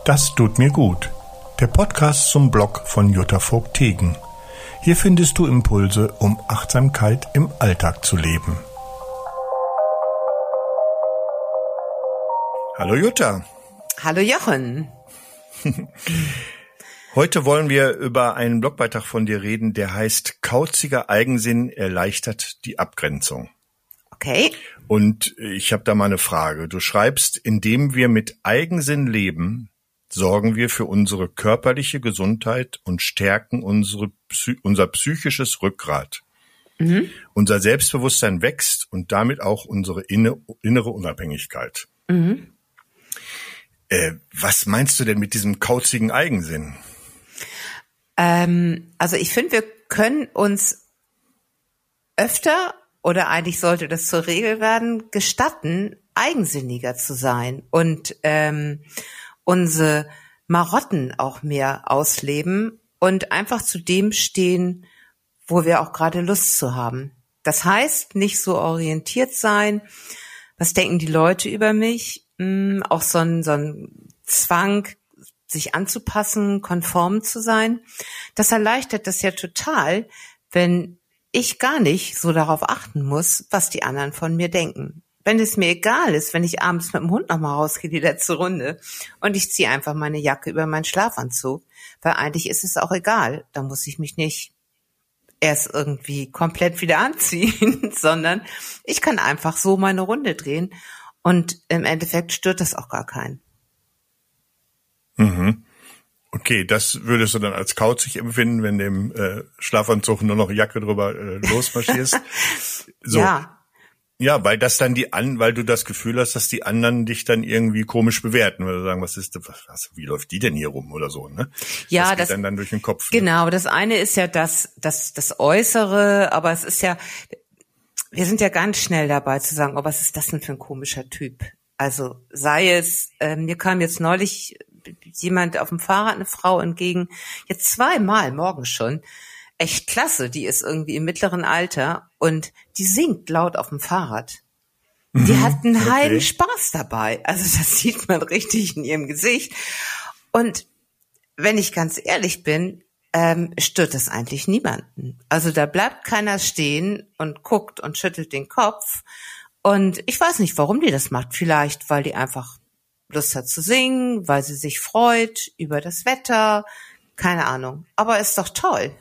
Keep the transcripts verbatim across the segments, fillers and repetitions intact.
Das tut mir gut. Der Podcast zum Blog von Jutta Vogt-Tegen. Hier findest du Impulse, um Achtsamkeit im Alltag zu leben. Hallo Jutta. Hallo Jochen. Heute wollen wir über einen Blogbeitrag von dir reden, der heißt Kauziger Eigensinn erleichtert die Abgrenzung. Okay. Und ich habe da mal eine Frage. Du schreibst, indem wir mit Eigensinn leben, sorgen wir für unsere körperliche Gesundheit und stärken unsere, unser psychisches Rückgrat. Mhm. Unser Selbstbewusstsein wächst und damit auch unsere innere Unabhängigkeit. Mhm. Äh, was meinst du denn mit diesem kauzigen Eigensinn? Ähm, also ich finde, wir können uns öfter, oder eigentlich sollte das zur Regel werden, gestatten, eigensinniger zu sein und ähm, unsere Marotten auch mehr ausleben und einfach zu dem stehen, wo wir auch gerade Lust zu haben. Das heißt, nicht so orientiert sein, was denken die Leute über mich, hm, auch so ein, so ein Zwang, sich anzupassen, konform zu sein. Das erleichtert das ja total, wenn ich gar nicht so darauf achten muss, was die anderen von mir denken. Wenn es mir egal ist, wenn ich abends mit dem Hund nochmal rausgehe, die letzte Runde, und ich ziehe einfach meine Jacke über meinen Schlafanzug, weil eigentlich ist es auch egal. Da muss ich mich nicht erst irgendwie komplett wieder anziehen, sondern ich kann einfach so meine Runde drehen und im Endeffekt stört das auch gar keinen. Mhm. Okay, das würdest du dann als kauzig empfinden, wenn dem äh, Schlafanzug nur noch Jacke drüber äh, losmarschierst. So. Ja. Ja, weil das dann die an, weil du das Gefühl hast, dass die anderen dich dann irgendwie komisch bewerten, weil sie sagen, was ist, was, was, wie läuft die denn hier rum oder so, ne? Ja, das geht das dann, dann durch den Kopf. Genau, ne? Das eine ist ja das, das, das Äußere, aber es ist ja, wir sind ja ganz schnell dabei zu sagen, oh, was ist das denn für ein komischer Typ? Also sei es, äh, mir kam jetzt neulich jemand auf dem Fahrrad, eine Frau entgegen, jetzt zweimal morgens schon, echt klasse, die ist irgendwie im mittleren Alter und die singt laut auf dem Fahrrad. Die mhm, hat einen okay. heiden Spaß dabei, also das sieht man richtig in ihrem Gesicht. Und wenn ich ganz ehrlich bin, ähm, stört das eigentlich niemanden. Also da bleibt keiner stehen und guckt und schüttelt den Kopf. Und ich weiß nicht, warum die das macht. Vielleicht, weil die einfach Lust hat zu singen, weil sie sich freut über das Wetter, keine Ahnung. Aber ist doch toll.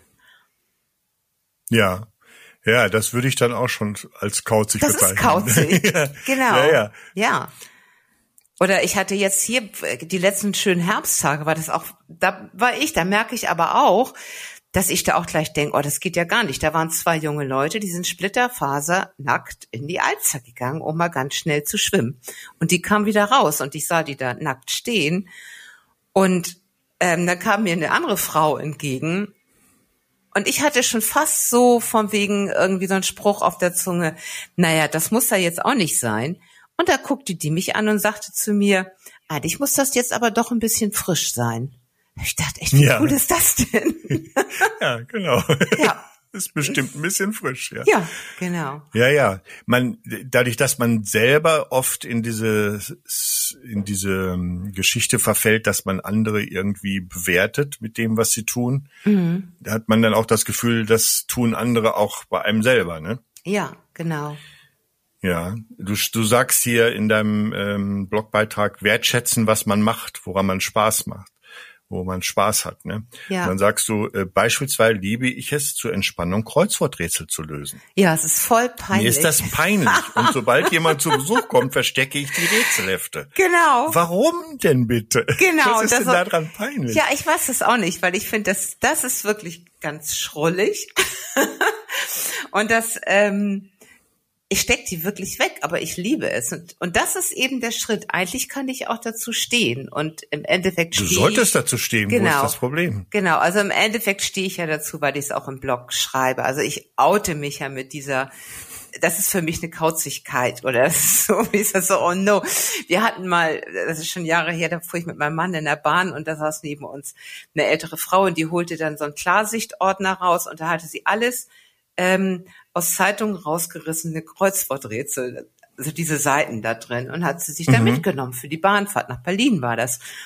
Ja, ja, das würde ich dann auch schon als kauzig bezeichnen. Das ist kauzig, ja. Genau. Ja, ja. ja. Oder ich hatte jetzt hier die letzten schönen Herbsttage, war das auch, da war ich, da merke ich aber auch, dass ich da auch gleich denke, oh, das geht ja gar nicht. Da waren zwei junge Leute, die sind splitterfasernackt in die Alster gegangen, um mal ganz schnell zu schwimmen. Und die kamen wieder raus und ich sah die da nackt stehen. Und ähm, dann kam mir eine andere Frau entgegen. Und ich hatte schon fast so von wegen irgendwie so einen Spruch auf der Zunge, naja, das muss ja jetzt auch nicht sein. Und da guckte die mich an und sagte zu mir, eigentlich muss das jetzt aber doch ein bisschen frisch sein. Ich dachte echt, wie ja. cool ist das denn? Ja, genau. Ja. Ist bestimmt ein bisschen frisch, ja. Ja, genau. Ja, ja. Man, dadurch, dass man selber oft in diese, in diese Geschichte verfällt, dass man andere irgendwie bewertet mit dem, was sie tun, mhm. da hat man dann auch das Gefühl, das tun andere auch bei einem selber, ne? Ja, genau. Ja, du, du sagst hier in deinem ähm, Blogbeitrag, wertschätzen, was man macht, woran man Spaß macht. wo man Spaß hat, ne? Ja. Und dann sagst du, äh, beispielsweise liebe ich es, zur Entspannung Kreuzworträtsel zu lösen. Ja, es ist voll peinlich. Mir ist das peinlich. Und sobald jemand zu Besuch kommt, verstecke ich die Rätselhefte. Genau. Warum denn bitte? Genau. Was ist das denn da dran peinlich? Ja, ich weiß das auch nicht, weil ich finde, das, das ist wirklich ganz schrullig. Und das, ähm, ich steck die wirklich weg, aber ich liebe es. Und, und das ist eben der Schritt. Eigentlich kann ich auch dazu stehen. Und im Endeffekt stehe ich... Du solltest dazu stehen, genau, wo ist das Problem? Genau, also im Endeffekt stehe ich ja dazu, weil ich es auch im Blog schreibe. Also ich oute mich ja mit dieser... Das ist für mich eine Kauzigkeit. Oder das ist so, wie ist das so, oh no. Wir hatten mal, das ist schon Jahre her, da fuhr ich mit meinem Mann in der Bahn und da saß neben uns eine ältere Frau und die holte dann so einen Klarsichtordner raus und da hatte sie alles... Ähm, aus Zeitungen rausgerissene Kreuzworträtsel, also diese Seiten da drin, und hat sie sich da mhm. mitgenommen für die Bahnfahrt. Nach Berlin war das.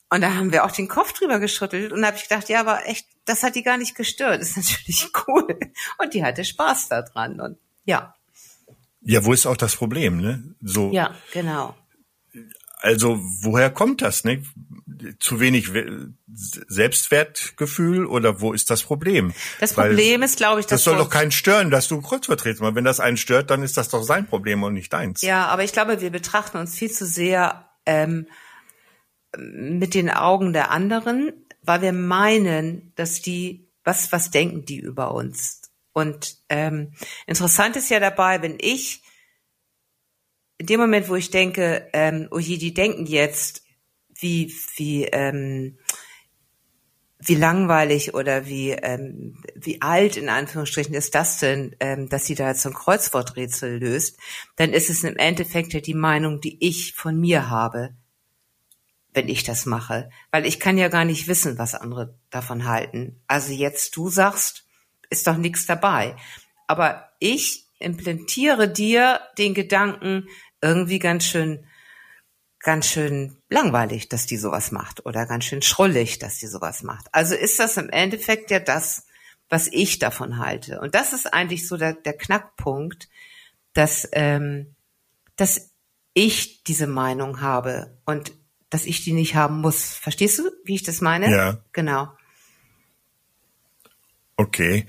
Und da haben wir auch den Kopf drüber geschüttelt und da habe ich gedacht, ja, aber echt, das hat die gar nicht gestört. Das ist natürlich cool. Und die hatte Spaß daran. Und ja. Ja, wo ist auch das Problem, ne? So. Ja, genau. Also, woher kommt das, ne? Zu wenig Selbstwertgefühl oder wo ist das Problem? Das Problem Weil ist, glaube ich, dass das soll doch keinen stören, dass du Kreuzworträtsel machst. Wenn das einen stört, dann ist das doch sein Problem und nicht deins. Ja, aber ich glaube, wir betrachten uns viel zu sehr ähm, mit den Augen der anderen, weil wir meinen, dass die, was, was denken die über uns? Und ähm, interessant ist ja dabei, wenn ich in dem Moment, wo ich denke, ähm, oh je, die denken jetzt, wie, wie, ähm, wie langweilig oder wie, ähm, wie alt in Anführungsstrichen ist das denn, ähm, dass sie da jetzt so ein Kreuzworträtsel löst, dann ist es im Endeffekt ja die Meinung, die ich von mir habe, wenn ich das mache. Weil ich kann ja gar nicht wissen, was andere davon halten. Also jetzt du sagst, ist doch nichts dabei. Aber ich implantiere dir den Gedanken, irgendwie ganz schön, ganz schön langweilig, dass die sowas macht oder ganz schön schrullig, dass die sowas macht. Also ist das im Endeffekt ja das, was ich davon halte. Und das ist eigentlich so der, der Knackpunkt, dass, ähm, dass ich diese Meinung habe und dass ich die nicht haben muss. Verstehst du, wie ich das meine? Ja. Genau. Okay.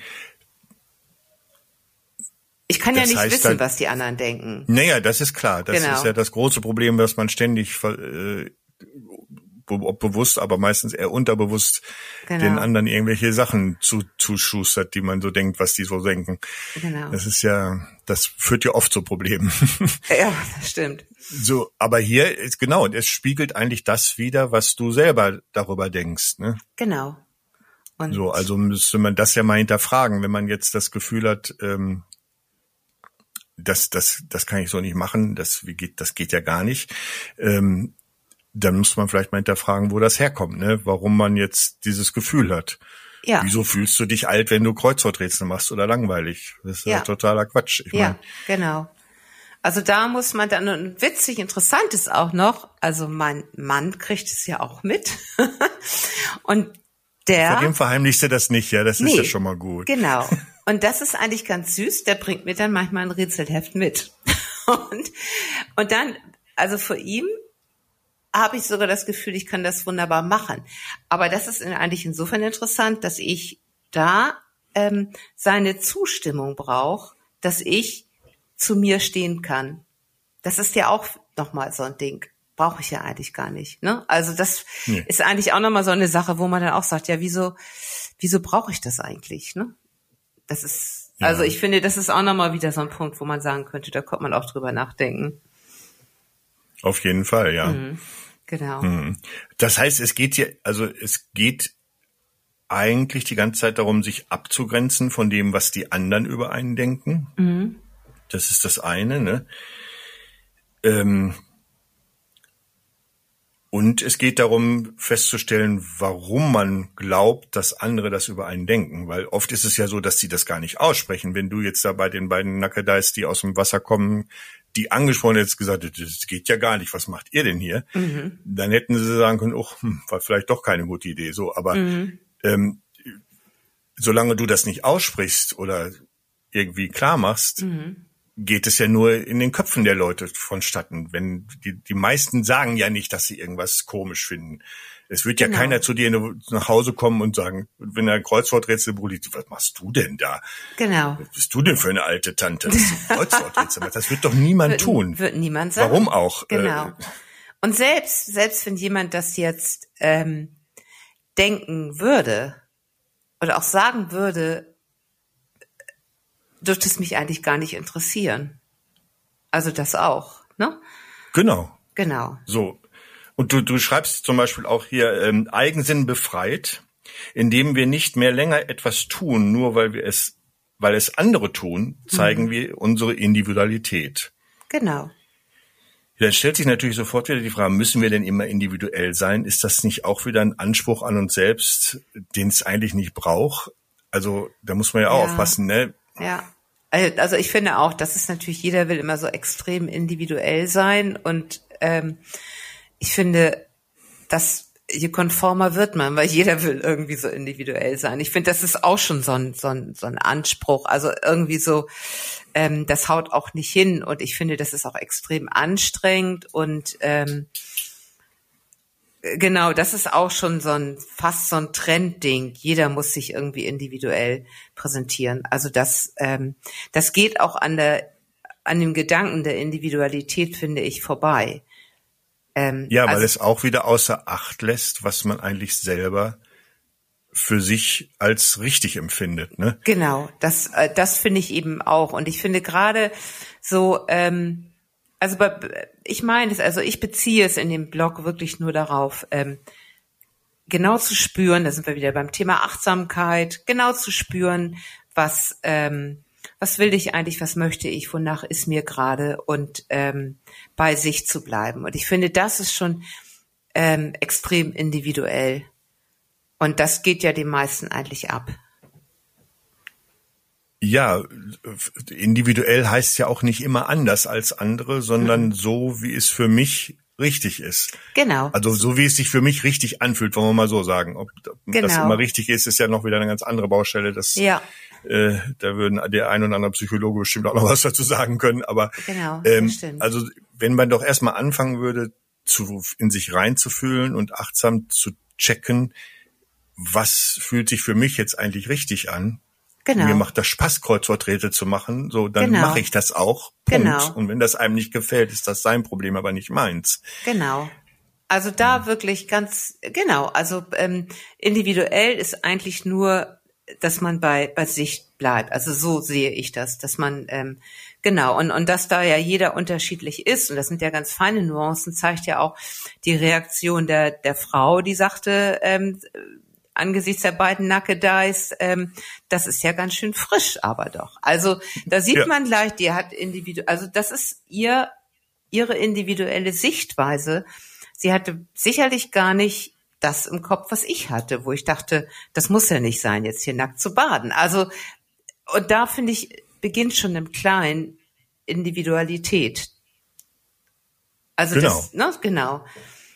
Ich kann Das ja nicht heißt wissen, dann, was die anderen denken. Naja, das ist klar. Das Genau. ist ja das große Problem, dass man ständig, äh, ob bewusst, aber meistens eher unterbewusst Genau. den anderen irgendwelche Sachen zu, zuschustert, die man so denkt, was die so denken. Genau. Das ist ja, das führt ja oft zu Problemen. Ja, das stimmt. So, aber hier ist genau, es spiegelt eigentlich das wider, was du selber darüber denkst, ne? Genau. Und So, also müsste man das ja mal hinterfragen, wenn man jetzt das Gefühl hat, ähm, das, das, das kann ich so nicht machen, das wie geht, das geht ja gar nicht. Ähm, dann muss man vielleicht mal hinterfragen, wo das herkommt, ne? Warum man jetzt dieses Gefühl hat. ja. Wieso fühlst du dich alt, wenn du Kreuzworträtsel machst oder langweilig? Das ist ja, Ja. totaler Quatsch. Ich Ja, mein, genau. Also da muss man dann, und witzig, interessant ist auch noch, also mein Mann kriegt es ja auch mit. Und der... vor dem verheimlichst du das nicht, ja, das ist Nee, ja schon mal gut. Genau. Und das ist eigentlich ganz süß, der bringt mir dann manchmal ein Rätselheft mit. Und, und dann, also für ihn habe ich sogar das Gefühl, ich kann das wunderbar machen. Aber das ist eigentlich insofern interessant, dass ich da ähm, seine Zustimmung brauche, dass ich zu mir stehen kann. Das ist ja auch nochmal so ein Ding. Brauche ich ja eigentlich gar nicht. Ne? Also das Nee. ist eigentlich auch nochmal so eine Sache, wo man dann auch sagt, ja, wieso, wieso brauche ich das eigentlich? Ne? Das ist, Ja. also ich finde, das ist auch nochmal wieder so ein Punkt, wo man sagen könnte, da kommt man auch drüber nachdenken. Auf jeden Fall, ja. Mhm. Genau. Mhm. Das heißt, es geht hier, also es geht eigentlich die ganze Zeit darum, sich abzugrenzen von dem, was die anderen über einen denken. Mhm. Das ist das eine, ne? Ähm, und es geht darum, festzustellen, warum man glaubt, dass andere das über einen denken. Weil oft ist es ja so, dass sie das gar nicht aussprechen. Wenn du jetzt da bei den beiden Nackedeis, die aus dem Wasser kommen, die angesprochen jetzt gesagt, das geht ja gar nicht, was macht ihr denn hier? Mhm. Dann hätten sie sagen können, oh, hm, war vielleicht doch keine gute Idee. So, aber Mhm. ähm, solange du das nicht aussprichst oder irgendwie klar machst, Mhm. geht es ja nur in den Köpfen der Leute vonstatten. Wenn die, die meisten sagen ja nicht, dass sie irgendwas komisch finden. Es wird ja Genau. keiner zu dir nach Hause kommen und sagen, wenn er ein Kreuzworträtsel brüllt, was machst du denn da? Genau. Was bist du denn für eine alte Tante, dass du ein Kreuzworträtsel machst? Das wird doch niemand Wird, tun. wird niemand sagen. Warum auch? Genau. Äh, Und selbst, selbst wenn jemand das jetzt ähm, denken würde oder auch sagen würde, dürfte es mich eigentlich gar nicht interessieren. Also das auch, ne? Genau. Genau. So. Und du, du schreibst zum Beispiel auch hier, ähm, Eigensinn befreit, indem wir nicht mehr länger etwas tun, nur weil wir es, weil es andere tun, zeigen Mhm. wir unsere Individualität. Genau. Ja, dann stellt sich natürlich sofort wieder die Frage, müssen wir denn immer individuell sein? Ist das nicht auch wieder ein Anspruch an uns selbst, den es eigentlich nicht braucht? Also da muss man ja auch Ja. aufpassen, ne? Ja. Also ich finde auch, das ist natürlich, jeder will immer so extrem individuell sein und ähm, ich finde, dass je konformer wird man, weil jeder will irgendwie so individuell sein. Ich finde, das ist auch schon so ein, so ein, so ein Anspruch. Also irgendwie so, ähm, das haut auch nicht hin. Und ich finde, das ist auch extrem anstrengend. Und ähm, genau, das ist auch schon so ein, fast so ein Trendding. Jeder muss sich irgendwie individuell präsentieren. Also das, ähm, das geht auch an der, an dem Gedanken der Individualität, finde ich, vorbei. Ähm, ja, weil also, es auch wieder außer Acht lässt, was man eigentlich selber für sich als richtig empfindet, ne? Genau, das, äh, das finde ich eben auch. Und ich finde gerade so, ähm, also bei, ich meine es, also ich beziehe es in dem Blog wirklich nur darauf, ähm, genau zu spüren, da sind wir wieder beim Thema Achtsamkeit, genau zu spüren, was, ähm, was will ich eigentlich, was möchte ich, wonach ist mir gerade und ähm, bei sich zu bleiben. Und ich finde, das ist schon ähm, extrem individuell. Und das geht ja den meisten eigentlich ab. Ja, individuell heißt ja auch nicht immer anders als andere, sondern mhm. so, wie es für mich richtig ist. Genau. Also so, wie es sich für mich richtig anfühlt, wollen wir mal so sagen. Ob genau. das immer richtig ist, ist ja noch wieder eine ganz andere Baustelle. Das, ja. äh, da würden der ein oder andere Psychologe bestimmt auch noch was dazu sagen können. Aber genau, ähm, das stimmt. Also wenn man doch erstmal anfangen würde, zu, in sich reinzufühlen und achtsam zu checken, was fühlt sich für mich jetzt eigentlich richtig an? Genau. Mir macht das Spaß, Kreuzworträtsel zu machen, so, dann genau. mache ich das auch. Punkt. Genau. Und wenn das einem nicht gefällt, ist das sein Problem, aber nicht meins. Genau. Also da mhm. wirklich ganz, genau, also ähm, individuell ist eigentlich nur, dass man bei bei sich bleibt. Also so sehe ich das, dass man, ähm, genau, und und dass da ja jeder unterschiedlich ist, und das sind ja ganz feine Nuancen, zeigt ja auch die Reaktion der der Frau, die sagte, ähm, angesichts der beiden Nackedeis, ähm, das ist ja ganz schön frisch, aber doch. Also da sieht ja. man gleich, die hat individu, also das ist ihr ihre individuelle Sichtweise. Sie hatte sicherlich gar nicht das im Kopf, was ich hatte, wo ich dachte, das muss ja nicht sein, jetzt hier nackt zu baden. Also und da finde ich, beginnt schon im Kleinen Individualität. Also genau. das, ne, genau.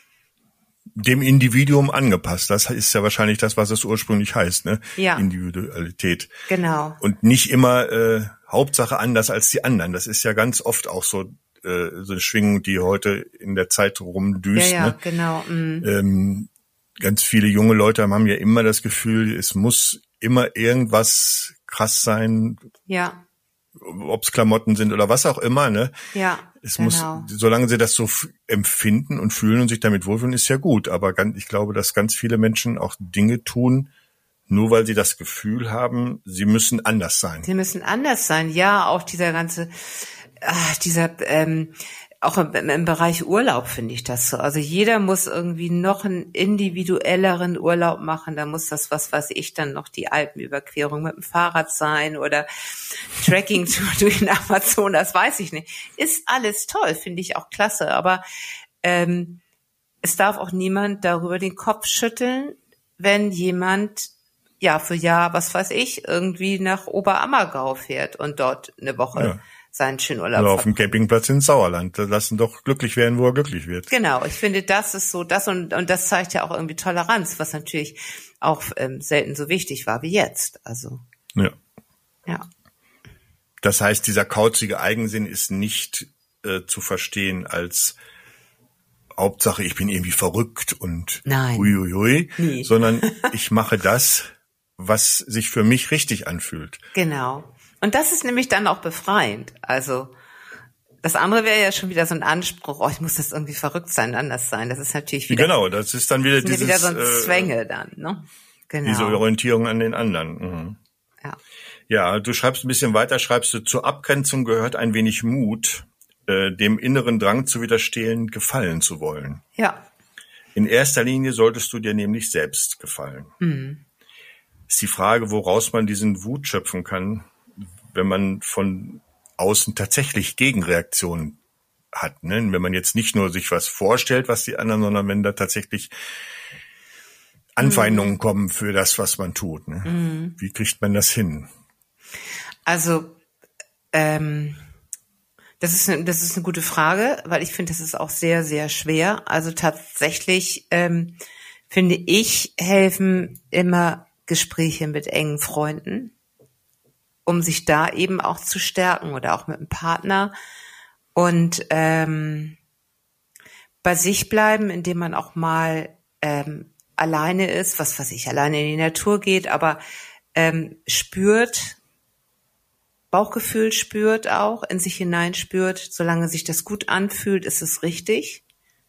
Dem Individuum angepasst. Das ist ja wahrscheinlich das, was es ursprünglich heißt, ne? Ja. Individualität. Genau. Und nicht immer äh, Hauptsache anders als die anderen. Das ist ja ganz oft auch so äh, so eine Schwingung, die heute in der Zeit rumdüst. Ja, ja, ne? genau. Mhm. Ähm, ganz viele junge Leute haben ja immer das Gefühl, es muss immer irgendwas krass sein. Ja. Ob es Klamotten sind oder was auch immer, ne? Ja, es genau. muss, solange sie das so f- empfinden und fühlen und sich damit wohlfühlen, ist ja gut. Aber ganz, ich glaube, dass ganz viele Menschen auch Dinge tun, nur weil sie das Gefühl haben, sie müssen anders sein. Sie müssen anders sein, ja. Auch dieser ganze, ach, dieser, ähm, auch im, im Bereich Urlaub finde ich das so. Also jeder muss irgendwie noch einen individuelleren Urlaub machen. Da muss das, was weiß ich, dann noch die Alpenüberquerung mit dem Fahrrad sein oder Trekking-Tour durch den Amazonas, weiß ich nicht. Ist alles toll, finde ich auch klasse. Aber ähm, es darf auch niemand darüber den Kopf schütteln, wenn jemand Jahr für Jahr, was weiß ich, irgendwie nach Oberammergau fährt und dort eine Woche ja. seinen schönen Urlaub Oder auf dem Campingplatz in Sauerland. Da lassen doch glücklich werden, wo er glücklich wird. Genau, ich finde, das ist so das und und das zeigt ja auch irgendwie Toleranz, was natürlich auch ähm, selten so wichtig war wie jetzt. Also ja. Ja. Das heißt, dieser kauzige Eigensinn ist nicht äh, zu verstehen als Hauptsache, ich bin irgendwie verrückt und Nein. huiuiui, Nie. sondern ich mache das, was sich für mich richtig anfühlt. Genau. Und das ist nämlich dann auch befreiend. Also das andere wäre ja schon wieder so ein Anspruch, oh, ich muss das irgendwie verrückt sein, anders sein. Das ist natürlich wieder Genau, das ist dann wieder dieses wieder so ein äh, Zwänge dann, ne? Genau. Diese Orientierung an den anderen. Mhm. Ja. Ja, du schreibst ein bisschen weiter, schreibst du, zur Abgrenzung gehört ein wenig Mut, äh, dem inneren Drang zu widerstehen, gefallen zu wollen. Ja. In erster Linie solltest du dir nämlich selbst gefallen. Mhm. Ist die Frage, woraus man diesen Wut schöpfen kann, wenn man von außen tatsächlich Gegenreaktionen hat, ne? Wenn man jetzt nicht nur sich was vorstellt, was die anderen, sondern wenn da tatsächlich Anfeindungen mhm. kommen für das, was man tut. Ne? Mhm. Wie kriegt man das hin? Also, ähm, das ist eine, das ist eine gute Frage, weil ich finde, das ist auch sehr, sehr schwer. Also tatsächlich ähm, finde ich, helfen immer Gespräche mit engen Freunden, um sich da eben auch zu stärken oder auch mit einem Partner und ähm, bei sich bleiben, indem man auch mal ähm, alleine ist, was weiß ich, alleine in die Natur geht, aber ähm, spürt, Bauchgefühl spürt auch, in sich hineinspürt, solange sich das gut anfühlt, ist es richtig.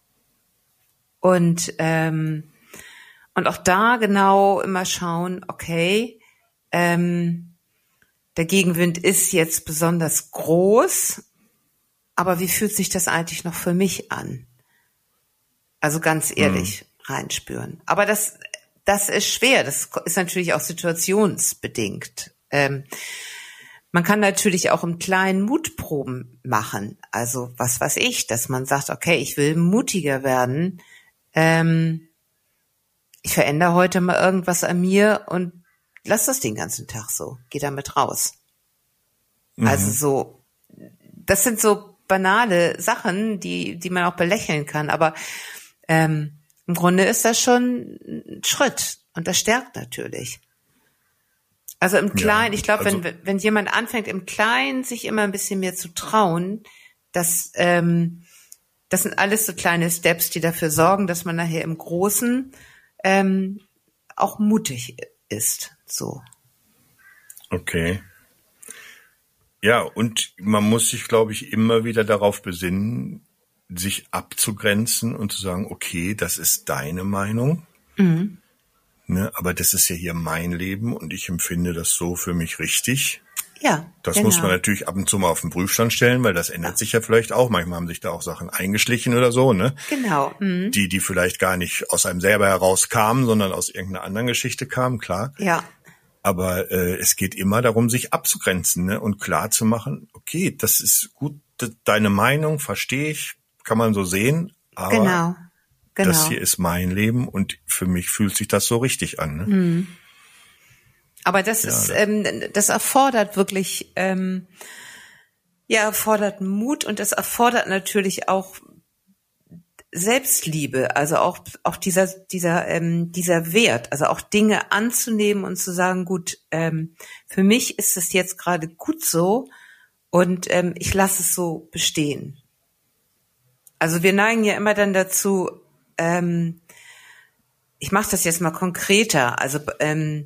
Und ähm, und auch da genau immer schauen, okay, ähm, der Gegenwind ist jetzt besonders groß, aber wie fühlt sich das eigentlich noch für mich an? Also ganz ehrlich mhm. reinspüren. Aber das, das ist schwer. Das ist natürlich auch situationsbedingt. Ähm, man kann natürlich auch im Kleinen Mutproben machen. Also was weiß ich, dass man sagt, okay, ich will mutiger werden. Ähm, ich verändere heute mal irgendwas an mir und lass das den ganzen Tag so. Geh damit raus. Mhm. Also so, das sind so banale Sachen, die, die man auch belächeln kann. Aber ähm, im Grunde ist das schon ein Schritt und das stärkt natürlich. Also im Kleinen, ja, ich glaube, also, wenn wenn jemand anfängt im Kleinen sich immer ein bisschen mehr zu trauen, das ähm, das sind alles so kleine Steps, die dafür sorgen, dass man nachher im Großen ähm, auch mutig ist. So. Okay. Ja, und man muss sich, glaube ich, immer wieder darauf besinnen, sich abzugrenzen und zu sagen, okay, das ist deine Meinung, mhm. ne, aber das ist ja hier mein Leben und ich empfinde das so für mich richtig. Ja, Das genau. muss man natürlich ab und zu mal auf den Prüfstand stellen, weil das ändert ja. sich ja vielleicht auch. Manchmal haben sich da auch Sachen eingeschlichen oder so, ne? Genau. Mhm. Die, die vielleicht gar nicht aus einem selber heraus kamen, sondern aus irgendeiner anderen Geschichte kamen, klar. Ja. Aber äh, es geht immer darum, sich abzugrenzen, ne, und klar zu machen, okay, das ist gut, deine Meinung verstehe ich, kann man so sehen, aber genau. Genau. das hier ist mein Leben und für mich fühlt sich das so richtig an. Ne? Mhm. Aber das ja, ist, das, ähm, das erfordert wirklich, ähm, ja, erfordert Mut und das erfordert natürlich auch Selbstliebe, also auch auch dieser dieser ähm, dieser Wert, also auch Dinge anzunehmen und zu sagen, gut, ähm, für mich ist es jetzt gerade gut so und ähm, ich lasse es so bestehen. Also wir neigen ja immer dann dazu, ähm, ich mache das jetzt mal konkreter, also ähm,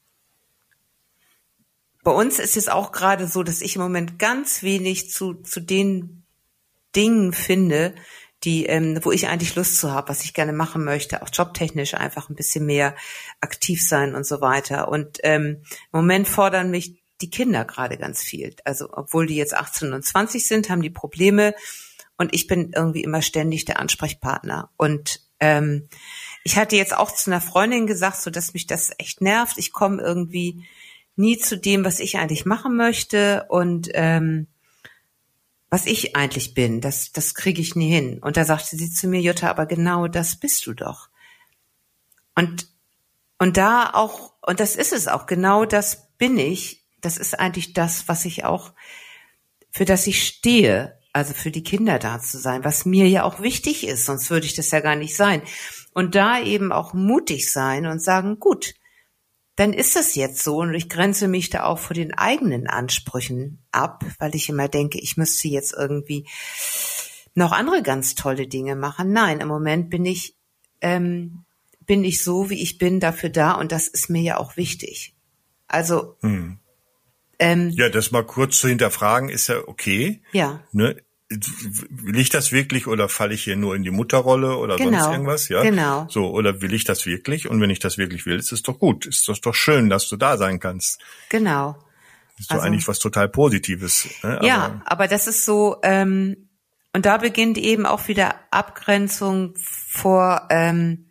bei uns ist es auch gerade so, dass ich im Moment ganz wenig zu zu den Dingen finde, die, ähm, wo ich eigentlich Lust zu habe, was ich gerne machen möchte, auch jobtechnisch einfach ein bisschen mehr aktiv sein und so weiter. Und ähm, im Moment fordern mich die Kinder gerade ganz viel. Also obwohl die jetzt achtzehn und zwanzig sind, haben die Probleme und ich bin irgendwie immer ständig der Ansprechpartner. Und ähm, ich hatte jetzt auch zu einer Freundin gesagt, so dass mich das echt nervt. Ich komme irgendwie nie zu dem, was ich eigentlich machen möchte und ähm, was ich eigentlich bin, das, das kriege ich nie hin. Und da sagte sie zu mir, Jutta, aber genau das bist du doch. Und, und da auch, und das ist es auch, genau das bin ich. Das ist eigentlich das, was ich auch, für das ich stehe, also für die Kinder da zu sein, was mir ja auch wichtig ist, sonst würde ich das ja gar nicht sein. Und da eben auch mutig sein und sagen, gut, dann ist das jetzt so und ich grenze mich da auch vor den eigenen Ansprüchen ab, weil ich immer denke, ich müsste jetzt irgendwie noch andere ganz tolle Dinge machen. Nein, im Moment bin ich ähm, bin ich so, wie ich bin, dafür da und das ist mir ja auch wichtig. Also hm. ähm, ja, das mal kurz zu hinterfragen ist ja okay. Ja. Ne? Will ich das wirklich oder falle ich hier nur in die Mutterrolle oder genau, sonst irgendwas? Ja, genau. So, oder will ich das wirklich? Und wenn ich das wirklich will, ist es doch gut. Ist das doch schön, dass du da sein kannst. Genau. Das ist doch also, eigentlich was total Positives. Ne? Ja, aber, aber das ist so, ähm, und da beginnt eben auch wieder Abgrenzung vor, ähm,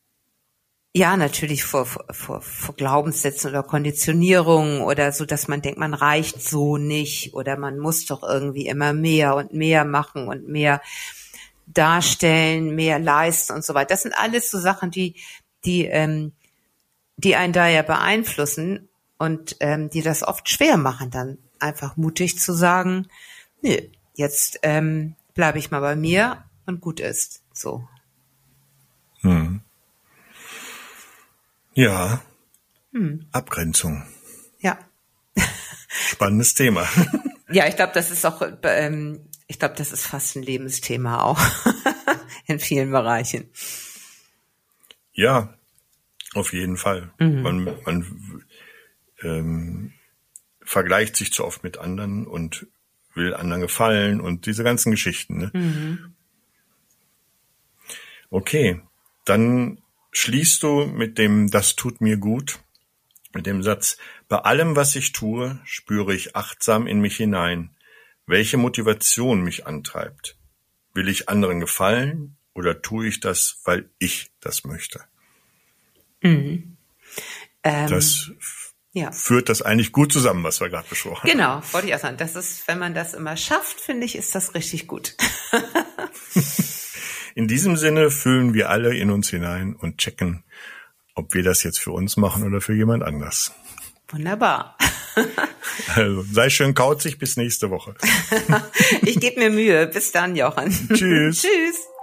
ja, natürlich vor, vor, vor Glaubenssätzen oder Konditionierungen oder so, dass man denkt, man reicht so nicht oder man muss doch irgendwie immer mehr und mehr machen und mehr darstellen, mehr leisten und so weiter. Das sind alles so Sachen, die, die, ähm, die einen da ja beeinflussen und ähm, die das oft schwer machen, dann einfach mutig zu sagen, nö, jetzt ähm, bleibe ich mal bei mir und gut ist. So. Hm. Ja, hm. Abgrenzung. Ja. Spannendes Thema. Ja, ich glaube, das ist auch, ähm, ich glaube, das ist fast ein Lebensthema auch in vielen Bereichen. Ja, auf jeden Fall. Mhm. Man, man ähm, vergleicht sich zu oft mit anderen und will anderen gefallen und diese ganzen Geschichten. Ne? Mhm. Okay, dann schließt du mit dem "Das tut mir gut", mit dem Satz: Bei allem, was ich tue, spüre ich achtsam in mich hinein, welche Motivation mich antreibt. Will ich anderen gefallen oder tue ich das, weil ich das möchte? Mhm. Ähm, das ja. führt das eigentlich gut zusammen, was wir gerade besprochen haben. Genau, wollte ich auch sagen. Das ist, wenn man das immer schafft, finde ich, ist das richtig gut. In diesem Sinne fühlen wir alle in uns hinein und checken, ob wir das jetzt für uns machen oder für jemand anders. Wunderbar. Also sei schön kauzig, bis nächste Woche. Ich gebe mir Mühe. Bis dann, Jochen. Tschüss. Tschüss.